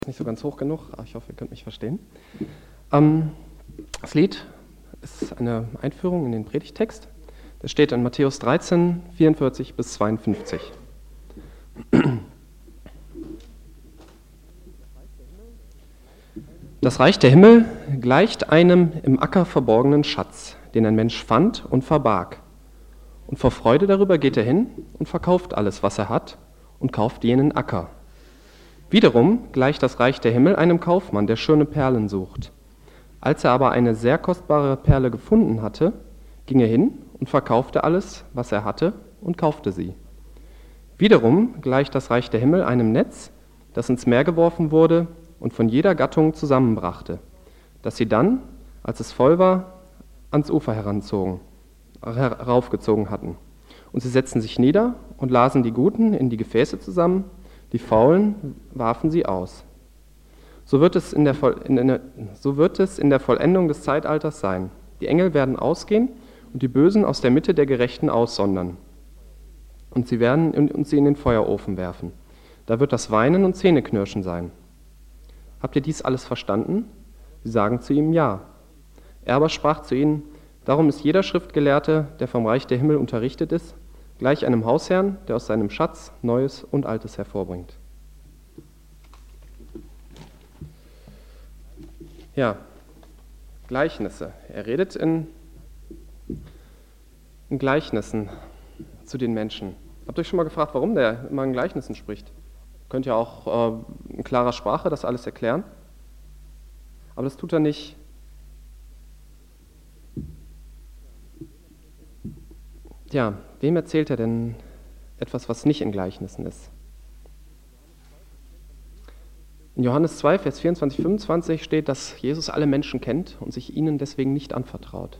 Nicht so ganz hoch genug, aber ich hoffe, ihr könnt mich verstehen. Das Lied ist eine Einführung in den Predigttext. Das steht in Matthäus 13, 44 bis 52. Das Reich der Himmel gleicht einem im Acker verborgenen Schatz, den ein Mensch fand und verbarg. Und vor Freude darüber geht er hin und verkauft alles, was er hat, und kauft jenen Acker. Wiederum gleicht das Reich der Himmel einem Kaufmann, der schöne Perlen sucht. Als er aber eine sehr kostbare Perle gefunden hatte, ging er hin und verkaufte alles, was er hatte, und kaufte sie. Wiederum gleicht das Reich der Himmel einem Netz, das ins Meer geworfen wurde und von jeder Gattung zusammenbrachte, das sie dann, als es voll war, ans Ufer heraufgezogen hatten. Und sie setzten sich nieder und lasen die Guten in die Gefäße zusammen, die Faulen warfen sie aus. So wird es in der Vollendung des Zeitalters sein. Die Engel werden ausgehen und die Bösen aus der Mitte der Gerechten aussondern. Und sie werden sie in den Feuerofen werfen. Da wird das Weinen und Zähneknirschen sein. Habt ihr dies alles verstanden? Sie sagen zu ihm, ja. Er aber sprach zu ihnen, darum ist jeder Schriftgelehrte, der vom Reich der Himmel unterrichtet ist, gleich einem Hausherrn, der aus seinem Schatz Neues und Altes hervorbringt. Ja, Gleichnisse. Er redet in Gleichnissen zu den Menschen. Habt ihr euch schon mal gefragt, warum der immer in Gleichnissen spricht? Könnt ihr auch in klarer Sprache das alles erklären? Aber das tut er nicht. Ja, wem erzählt er denn etwas, was nicht in Gleichnissen ist? In Johannes 2, Vers 24, 25 steht, dass Jesus alle Menschen kennt und sich ihnen deswegen nicht anvertraut.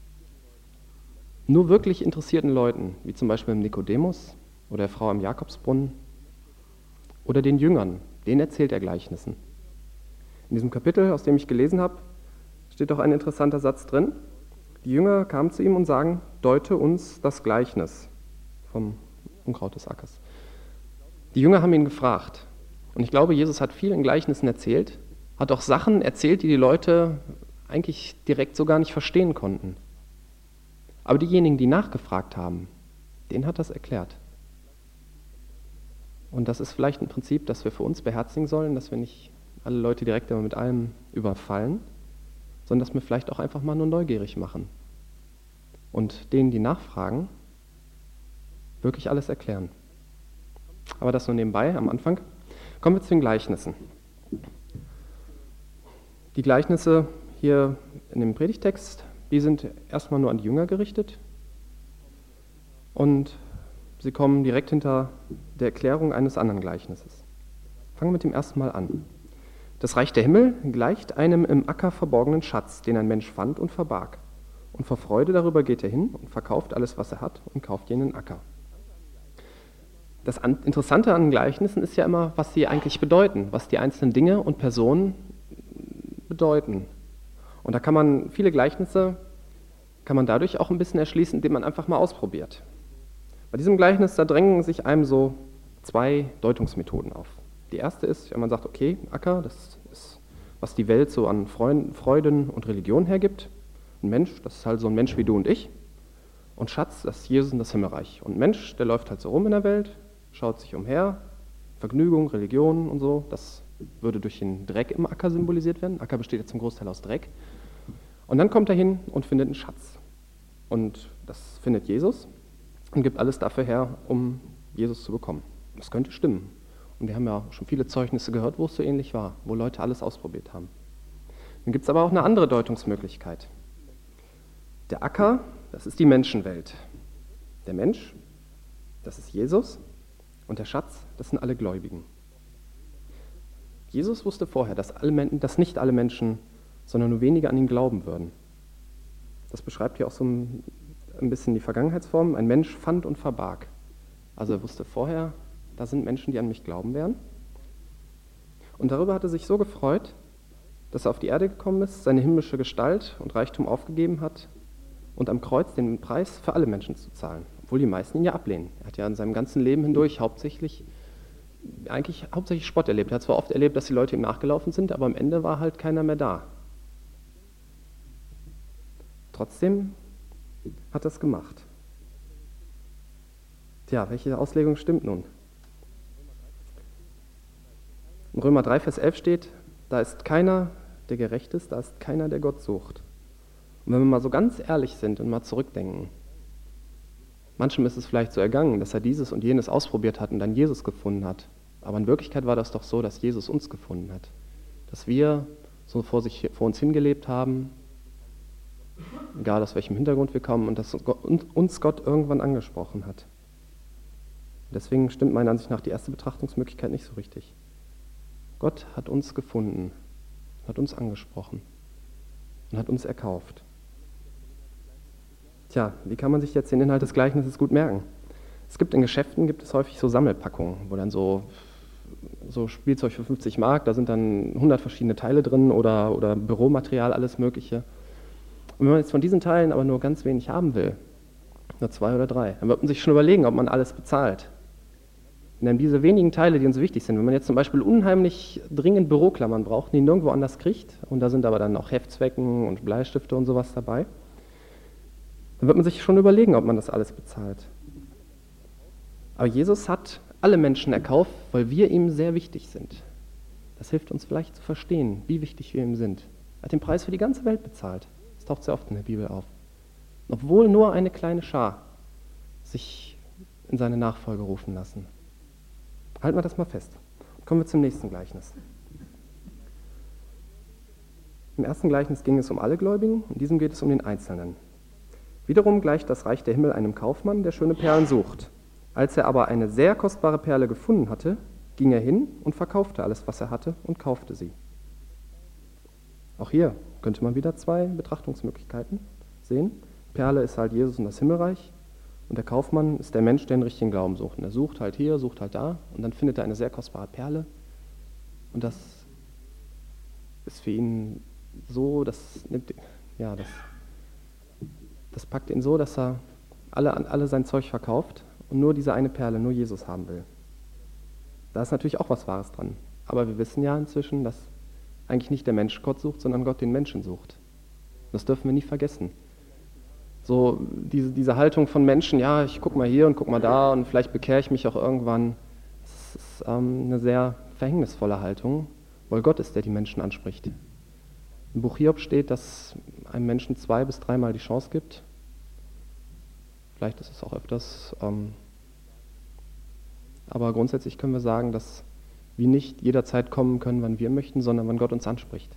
Nur wirklich interessierten Leuten, wie zum Beispiel Nikodemus oder der Frau am Jakobsbrunnen oder den Jüngern, denen erzählt er Gleichnissen. In diesem Kapitel, aus dem ich gelesen habe, steht auch ein interessanter Satz drin. Die Jünger kamen zu ihm und sagen, deute uns das Gleichnis vom Unkraut des Ackers. Die Jünger haben ihn gefragt. Und ich glaube, Jesus hat viel in Gleichnissen erzählt, hat auch Sachen erzählt, die die Leute eigentlich direkt so gar nicht verstehen konnten. Aber diejenigen, die nachgefragt haben, denen hat das erklärt. Und das ist vielleicht ein Prinzip, das wir für uns beherzigen sollen, dass wir nicht alle Leute direkt immer mit allem überfallen, sondern dass wir vielleicht auch einfach mal nur neugierig machen und denen, die nachfragen, wirklich alles erklären. Aber das nur nebenbei am Anfang. Kommen wir zu den Gleichnissen. Die Gleichnisse hier in dem Predigtext, die sind erstmal nur an die Jünger gerichtet und sie kommen direkt hinter der Erklärung eines anderen Gleichnisses. Fangen wir mit dem ersten Mal an. Das Reich der Himmel gleicht einem im Acker verborgenen Schatz, den ein Mensch fand und verbarg. Und vor Freude darüber geht er hin und verkauft alles, was er hat, und kauft jenen Acker. Das Interessante an Gleichnissen ist ja immer, was sie eigentlich bedeuten, was die einzelnen Dinge und Personen bedeuten. Und da kann man viele Gleichnisse dadurch auch ein bisschen erschließen, indem man einfach mal ausprobiert. Bei diesem Gleichnis, da drängen sich einem so zwei Deutungsmethoden auf. Die erste ist, wenn man sagt, okay, Acker, das ist, was die Welt so an Freuden und Religion hergibt. Ein Mensch, das ist halt so ein Mensch wie du und ich. Und Schatz, das ist Jesus und das Himmelreich. Und ein Mensch, der läuft halt so rum in der Welt, schaut sich umher, Vergnügung, Religion und so, das würde durch den Dreck im Acker symbolisiert werden. Acker besteht ja zum Großteil aus Dreck. Und dann kommt er hin und findet einen Schatz. Und das findet Jesus und gibt alles dafür her, um Jesus zu bekommen. Das könnte stimmen. Und wir haben ja schon viele Zeugnisse gehört, wo es so ähnlich war, wo Leute alles ausprobiert haben. Dann gibt es aber auch eine andere Deutungsmöglichkeit. Der Acker, das ist die Menschenwelt. Der Mensch, das ist Jesus. Und der Schatz, das sind alle Gläubigen. Jesus wusste vorher, dass nicht alle Menschen, sondern nur wenige an ihn glauben würden. Das beschreibt hier auch so ein bisschen die Vergangenheitsform. Ein Mensch fand und verbarg. Also er wusste vorher, da sind Menschen, die an mich glauben werden. Und darüber hat er sich so gefreut, dass er auf die Erde gekommen ist, seine himmlische Gestalt und Reichtum aufgegeben hat und am Kreuz den Preis für alle Menschen zu zahlen, obwohl die meisten ihn ja ablehnen. Er hat ja in seinem ganzen Leben hindurch hauptsächlich eigentlich hauptsächlich Spott erlebt. Er hat zwar oft erlebt, dass die Leute ihm nachgelaufen sind, aber am Ende war halt keiner mehr da. Trotzdem hat er es gemacht. Tja, welche Auslegung stimmt nun? In Römer 3, Vers 11 steht, da ist keiner, der gerecht ist, da ist keiner, der Gott sucht. Und wenn wir mal so ganz ehrlich sind und mal zurückdenken, manchem ist es vielleicht so ergangen, dass er dieses und jenes ausprobiert hat und dann Jesus gefunden hat. Aber in Wirklichkeit war das doch so, dass Jesus uns gefunden hat. Dass wir so vor uns hingelebt haben, egal aus welchem Hintergrund wir kommen, und dass uns Gott irgendwann angesprochen hat. Deswegen stimmt meiner Ansicht nach die erste Betrachtungsmöglichkeit nicht so richtig. Gott hat uns gefunden, hat uns angesprochen und hat uns erkauft. Tja, wie kann man sich jetzt den Inhalt des Gleichnisses gut merken? In Geschäften gibt es häufig so Sammelpackungen, wo dann so Spielzeug für 50 Mark, da sind dann 100 verschiedene Teile drin oder Büromaterial, alles Mögliche. Und wenn man jetzt von diesen Teilen aber nur ganz wenig haben will, nur 2 oder 3, dann wird man sich schon überlegen, ob man alles bezahlt. Und dann diese wenigen Teile, die uns wichtig sind, wenn man jetzt zum Beispiel unheimlich dringend Büroklammern braucht, die nirgendwo anders kriegt, und da sind aber dann auch Heftzwecken und Bleistifte und sowas dabei, dann wird man sich schon überlegen, ob man das alles bezahlt. Aber Jesus hat alle Menschen erkauft, weil wir ihm sehr wichtig sind. Das hilft uns vielleicht zu verstehen, wie wichtig wir ihm sind. Er hat den Preis für die ganze Welt bezahlt. Das taucht sehr oft in der Bibel auf. Obwohl nur eine kleine Schar sich in seine Nachfolge rufen lassen. Halten wir das mal fest. Kommen wir zum nächsten Gleichnis. Im ersten Gleichnis ging es um alle Gläubigen, in diesem geht es um den Einzelnen. Wiederum gleicht das Reich der Himmel einem Kaufmann, der schöne Perlen sucht. Als er aber eine sehr kostbare Perle gefunden hatte, ging er hin und verkaufte alles, was er hatte, und kaufte sie. Auch hier könnte man wieder 2 Betrachtungsmöglichkeiten sehen. Perle ist halt Jesus und das Himmelreich, und der Kaufmann ist der Mensch, der den richtigen Glauben sucht. Und er sucht halt hier, sucht halt da, und dann findet er eine sehr kostbare Perle. Und das ist für ihn so, das packt ihn so, dass er alle sein Zeug verkauft und nur diese eine Perle, nur Jesus haben will. Da ist natürlich auch was Wahres dran. Aber wir wissen ja inzwischen, dass eigentlich nicht der Mensch Gott sucht, sondern Gott den Menschen sucht. Das dürfen wir nie vergessen. So diese Haltung von Menschen, ja, ich guck mal hier und guck mal da und vielleicht bekehre ich mich auch irgendwann, das ist eine sehr verhängnisvolle Haltung, weil Gott ist, der die Menschen anspricht. Im Buch Hiob steht, dass einem Menschen 2 bis 3 Mal die Chance gibt. Vielleicht ist es auch öfters. Aber grundsätzlich können wir sagen, dass wir nicht jederzeit kommen können, wann wir möchten, sondern wann Gott uns anspricht.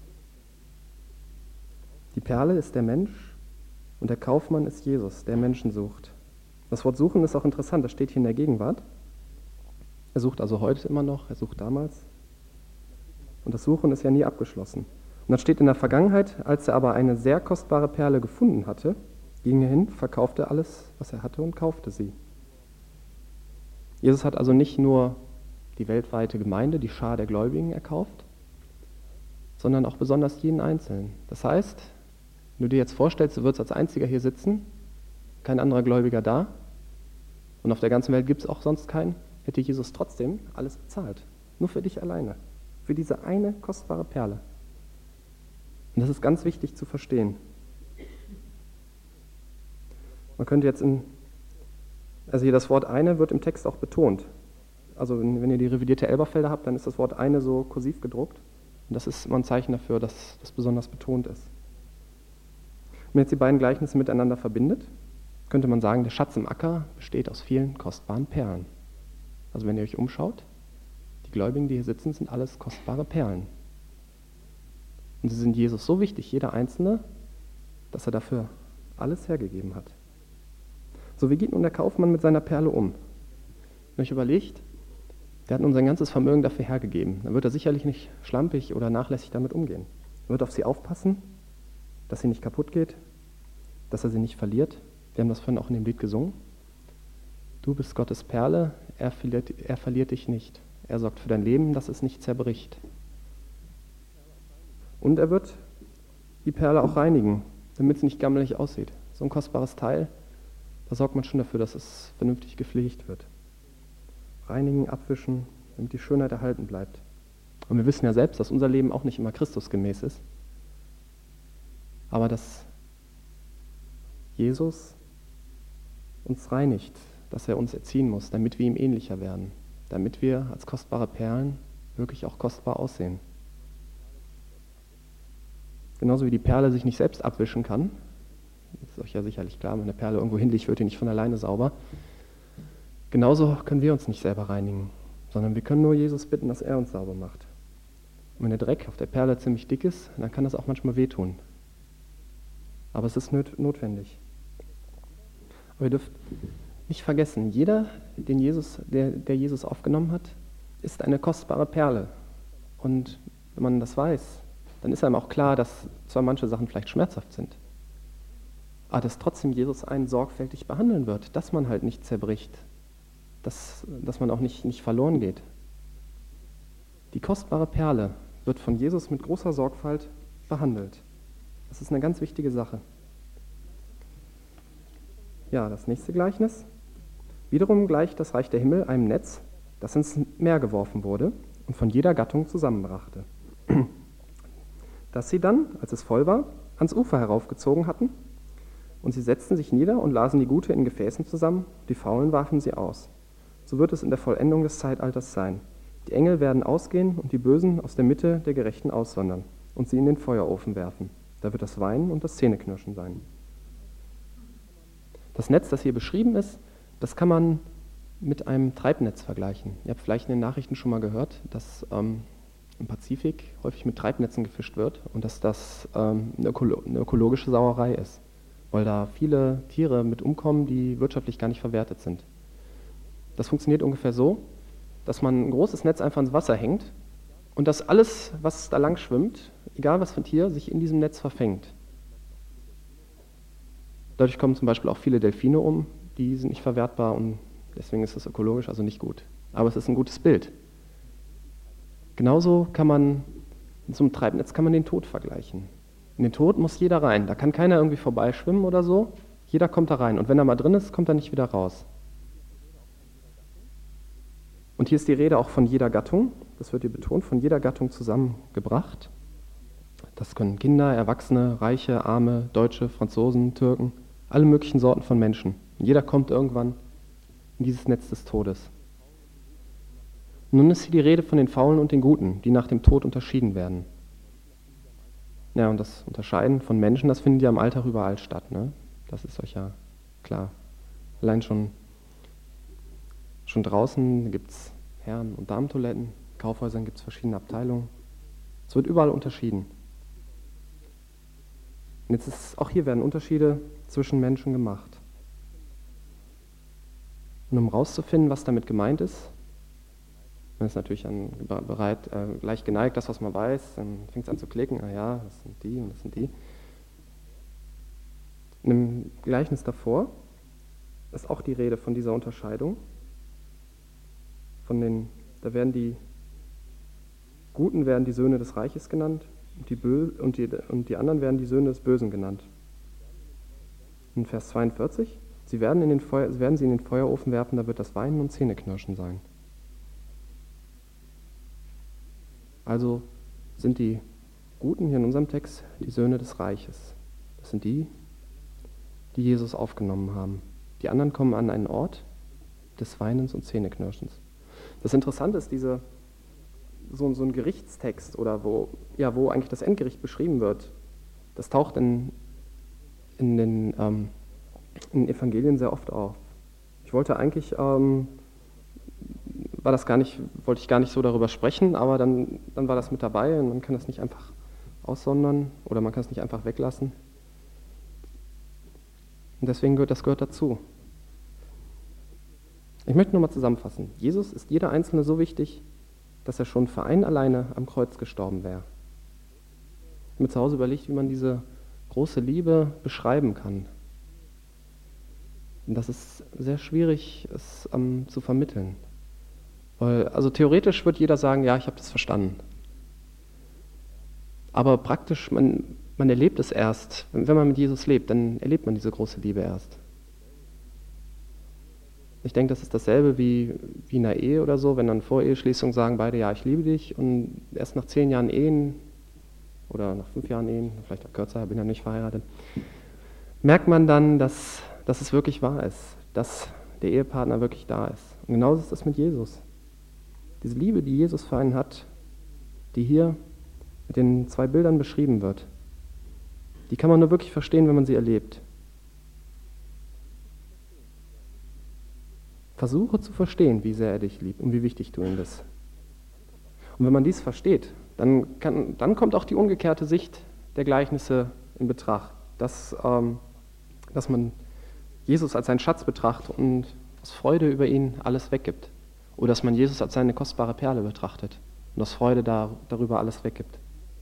Die Perle ist der Mensch und der Kaufmann ist Jesus, der Menschen sucht. Das Wort suchen ist auch interessant, das steht hier in der Gegenwart. Er sucht also heute immer noch, er sucht damals. Und das Suchen ist ja nie abgeschlossen. Und dann steht in der Vergangenheit, als er aber eine sehr kostbare Perle gefunden hatte, ging er hin, verkaufte alles, was er hatte, und kaufte sie. Jesus hat also nicht nur die weltweite Gemeinde, die Schar der Gläubigen erkauft, sondern auch besonders jeden Einzelnen. Das heißt, wenn du dir jetzt vorstellst, du würdest als Einziger hier sitzen, kein anderer Gläubiger da, und auf der ganzen Welt gibt es auch sonst keinen, hätte Jesus trotzdem alles bezahlt. Nur für dich alleine. Für diese eine kostbare Perle. Und das ist ganz wichtig zu verstehen. Man könnte jetzt hier das Wort eine wird im Text auch betont. Also wenn ihr die revidierte Elberfelder habt, dann ist das Wort eine so kursiv gedruckt. Und das ist immer ein Zeichen dafür, dass das besonders betont ist. Wenn man jetzt die beiden Gleichnisse miteinander verbindet, könnte man sagen, der Schatz im Acker besteht aus vielen kostbaren Perlen. Also wenn ihr euch umschaut, die Gläubigen, die hier sitzen, sind alles kostbare Perlen. Und sie sind Jesus so wichtig, jeder Einzelne, dass er dafür alles hergegeben hat. So, wie geht nun der Kaufmann mit seiner Perle um? Wenn ihr euch überlegt, der hat nun sein ganzes Vermögen dafür hergegeben. Dann wird er sicherlich nicht schlampig oder nachlässig damit umgehen. Er wird auf sie aufpassen, dass sie nicht kaputt geht, dass er sie nicht verliert. Wir haben das vorhin auch in dem Lied gesungen. Du bist Gottes Perle, er verliert dich nicht. Er sorgt für dein Leben, dass es nicht zerbricht. Und er wird die Perle auch reinigen, damit es nicht gammelig aussieht. So ein kostbares Teil, da sorgt man schon dafür, dass es vernünftig gepflegt wird. Reinigen, abwischen, damit die Schönheit erhalten bleibt. Und wir wissen ja selbst, dass unser Leben auch nicht immer Christusgemäß ist, aber dass Jesus uns reinigt, dass er uns erziehen muss, damit wir ihm ähnlicher werden, damit wir als kostbare Perlen wirklich auch kostbar aussehen. Genauso wie die Perle sich nicht selbst abwischen kann, das ist euch ja sicherlich klar, wenn eine Perle irgendwo hinlegt, wird die nicht von alleine sauber. Genauso können wir uns nicht selber reinigen, sondern wir können nur Jesus bitten, dass er uns sauber macht. Und wenn der Dreck auf der Perle ziemlich dick ist, dann kann das auch manchmal wehtun. Aber es ist notwendig. Aber ihr dürft nicht vergessen, jeder, der Jesus aufgenommen hat, ist eine kostbare Perle. Und wenn man das weiß, dann ist einem auch klar, dass zwar manche Sachen vielleicht schmerzhaft sind, aber dass trotzdem Jesus einen sorgfältig behandeln wird, dass man halt nicht zerbricht, dass man auch nicht verloren geht. Die kostbare Perle wird von Jesus mit großer Sorgfalt behandelt. Das ist eine ganz wichtige Sache. Ja, das nächste Gleichnis. Wiederum gleicht das Reich der Himmel einem Netz, das ins Meer geworfen wurde und von jeder Gattung zusammenbrachte. Das sie dann, als es voll war, ans Ufer heraufgezogen hatten, und sie setzten sich nieder und lasen die Gute in Gefäßen zusammen, die Faulen warfen sie aus. So wird es in der Vollendung des Zeitalters sein. Die Engel werden ausgehen und die Bösen aus der Mitte der Gerechten aussondern und sie in den Feuerofen werfen. Da wird das Weinen und das Zähneknirschen sein. Das Netz, das hier beschrieben ist, das kann man mit einem Treibnetz vergleichen. Ihr habt vielleicht in den Nachrichten schon mal gehört, dass im Pazifik häufig mit Treibnetzen gefischt wird und dass das eine ökologische Sauerei ist, weil da viele Tiere mit umkommen, die wirtschaftlich gar nicht verwertet sind. Das funktioniert ungefähr so, dass man ein großes Netz einfach ins Wasser hängt und dass alles, was da lang schwimmt, egal was für ein Tier, sich in diesem Netz verfängt. Dadurch kommen zum Beispiel auch viele Delfine um, die sind nicht verwertbar und deswegen ist es ökologisch also nicht gut. Aber es ist ein gutes Bild. Genauso kann man, in so einem Treibnetz kann man den Tod vergleichen. In den Tod muss jeder rein. Da kann keiner irgendwie vorbeischwimmen oder so. Jeder kommt da rein. Und wenn er mal drin ist, kommt er nicht wieder raus. Und hier ist die Rede auch von jeder Gattung. Das wird hier betont, von jeder Gattung zusammengebracht. Das können Kinder, Erwachsene, Reiche, Arme, Deutsche, Franzosen, Türken, alle möglichen Sorten von Menschen. Und jeder kommt irgendwann in dieses Netz des Todes. Nun ist hier die Rede von den Faulen und den Guten, die nach dem Tod unterschieden werden. Ja, und das Unterscheiden von Menschen, das findet ja im Alltag überall statt, ne? Das ist euch ja klar. Allein schon draußen gibt es Herren- und Damentoiletten, in Kaufhäusern gibt es verschiedene Abteilungen. Es wird überall unterschieden. Und jetzt ist auch hier werden Unterschiede zwischen Menschen gemacht. Und um herauszufinden, was damit gemeint ist, man ist natürlich gleich geneigt, das, was man weiß, dann fängt es an zu klicken, ja, das sind die und das sind die. In dem Gleichnis davor ist auch die Rede von dieser Unterscheidung. Da werden die Guten werden die Söhne des Reiches genannt und die anderen werden die Söhne des Bösen genannt. In Vers 42, sie werden sie in den Feuerofen werfen, da wird das Weinen und Zähneknirschen sein. Also sind die Guten hier in unserem Text die Söhne des Reiches. Das sind die Jesus aufgenommen haben. Die anderen kommen an einen Ort des Weinens und Zähneknirschens. Das Interessante ist so ein Gerichtstext oder wo eigentlich das Endgericht beschrieben wird. Das taucht in den Evangelien sehr oft auf. Ich wollte eigentlich wollte ich gar nicht so darüber sprechen, aber dann war das mit dabei und man kann das nicht einfach aussondern oder man kann es nicht einfach weglassen. Und deswegen gehört dazu. Ich möchte nochmal zusammenfassen. Jesus ist jeder Einzelne so wichtig, dass er schon für einen alleine am Kreuz gestorben wäre. Ich habe mir zu Hause überlegt, wie man diese große Liebe beschreiben kann. Und das ist sehr schwierig, es zu vermitteln. Weil, also theoretisch wird jeder sagen, ja, ich habe das verstanden. Aber praktisch, man erlebt es erst. Wenn man mit Jesus lebt, dann erlebt man diese große Liebe erst. Ich denke, das ist dasselbe wie in einer Ehe oder so, wenn dann vor Eheschließung sagen beide, ja, ich liebe dich, und erst nach 10 Jahren Ehen oder nach 5 Jahren Ehen, vielleicht auch kürzer, bin ja nicht verheiratet, merkt man dann, dass es wirklich wahr ist, dass der Ehepartner wirklich da ist. Und genauso ist das mit Jesus. Diese Liebe, die Jesus für einen hat, die hier mit den 2 Bildern beschrieben wird, die kann man nur wirklich verstehen, wenn man sie erlebt. Versuche zu verstehen, wie sehr er dich liebt und wie wichtig du ihm bist. Und wenn man dies versteht, dann kommt auch die umgekehrte Sicht der Gleichnisse in Betracht, dass man Jesus als seinen Schatz betrachtet und aus Freude über ihn alles weggibt. Oder dass man Jesus als seine kostbare Perle betrachtet und aus Freude darüber alles weggibt.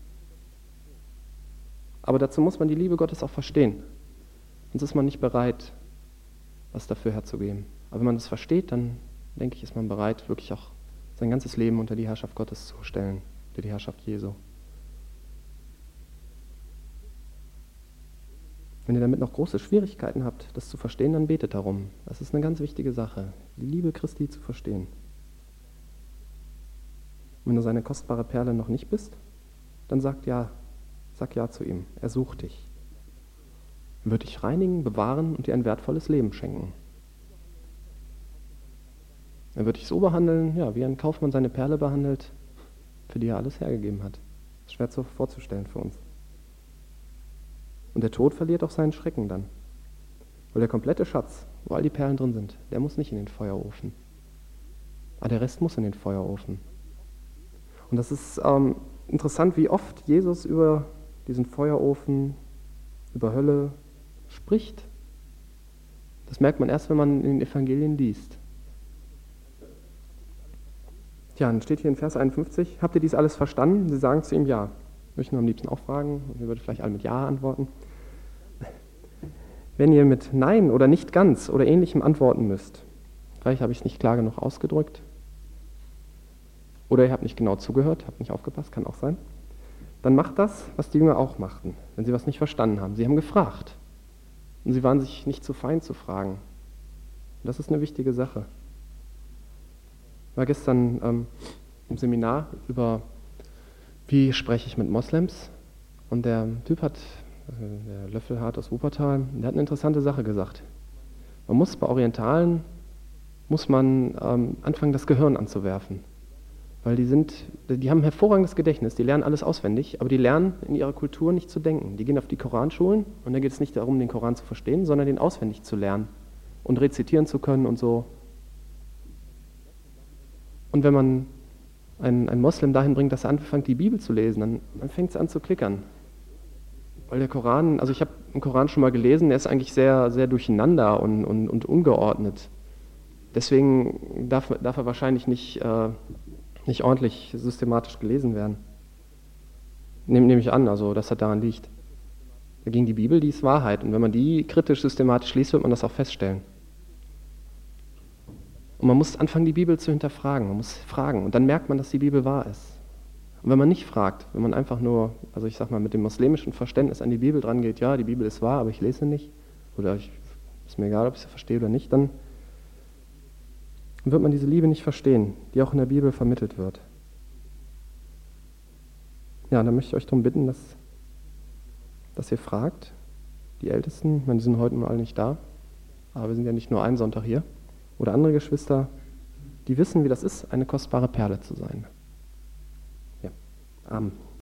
Aber dazu muss man die Liebe Gottes auch verstehen. Sonst ist man nicht bereit, was dafür herzugeben. Aber wenn man das versteht, dann denke ich, ist man bereit, wirklich auch sein ganzes Leben unter die Herrschaft Gottes zu stellen, unter die Herrschaft Jesu. Wenn ihr damit noch große Schwierigkeiten habt, das zu verstehen, dann betet darum. Das ist eine ganz wichtige Sache, die Liebe Christi zu verstehen. Und wenn du seine kostbare Perle noch nicht bist, dann sag ja zu ihm. Er sucht dich. Er wird dich reinigen, bewahren und dir ein wertvolles Leben schenken. Er wird dich so behandeln, ja, wie ein Kaufmann seine Perle behandelt, für die er alles hergegeben hat. Das ist schwer vorzustellen für uns. Und der Tod verliert auch seinen Schrecken dann. Weil der komplette Schatz, wo all die Perlen drin sind, der muss nicht in den Feuerofen. Aber der Rest muss in den Feuerofen. Und das ist interessant, wie oft Jesus über diesen Feuerofen, über Hölle spricht. Das merkt man erst, wenn man in den Evangelien liest. Tja, dann steht hier in Vers 51, habt ihr dies alles verstanden? Sie sagen zu ihm ja. Möchten wir am liebsten auch fragen, und ihr würdet vielleicht alle mit Ja antworten. Wenn ihr mit Nein oder nicht ganz oder Ähnlichem antworten müsst, vielleicht habe ich es nicht klar genug ausgedrückt, oder ihr habt nicht genau zugehört, habt nicht aufgepasst, kann auch sein, dann macht das, was die Jünger auch machten, wenn sie was nicht verstanden haben. Sie haben gefragt und sie waren sich nicht zu fein zu fragen. Und das ist eine wichtige Sache. Ich war gestern im Seminar über wie spreche ich mit Moslems, und der Typ der Löffelhardt aus Wuppertal, der hat eine interessante Sache gesagt. Man muss bei Orientalen, anfangen, das Gehirn anzuwerfen. Weil die haben ein hervorragendes Gedächtnis, die lernen alles auswendig, aber die lernen in ihrer Kultur nicht zu denken. Die gehen auf die Koranschulen und da geht es nicht darum, den Koran zu verstehen, sondern den auswendig zu lernen und rezitieren zu können und so. Und wenn man ein Moslem dahin bringt, dass er anfängt, die Bibel zu lesen, dann fängt es an zu klickern. Weil der Koran, also ich habe den Koran schon mal gelesen, der ist eigentlich sehr, sehr durcheinander und ungeordnet. Deswegen darf er wahrscheinlich nicht ordentlich systematisch gelesen werden. Nehme ich an, also dass das daran liegt. Dagegen die Bibel, die ist Wahrheit. Und wenn man die kritisch systematisch liest, wird man das auch feststellen. Und man muss anfangen, die Bibel zu hinterfragen. Man muss fragen. Und dann merkt man, dass die Bibel wahr ist. Und wenn man nicht fragt, wenn man einfach nur, also ich sag mal, mit dem muslimischen Verständnis an die Bibel dran geht, ja, die Bibel ist wahr, aber ich lese sie nicht, oder ist mir egal, ob ich sie verstehe oder nicht, dann wird man diese Liebe nicht verstehen, die auch in der Bibel vermittelt wird. Ja, dann möchte ich euch darum bitten, dass ihr fragt, die Ältesten, ich meine, die sind heute nur alle nicht da, aber wir sind ja nicht nur einen Sonntag hier, oder andere Geschwister, die wissen, wie das ist, eine kostbare Perle zu sein. Ja, Amen.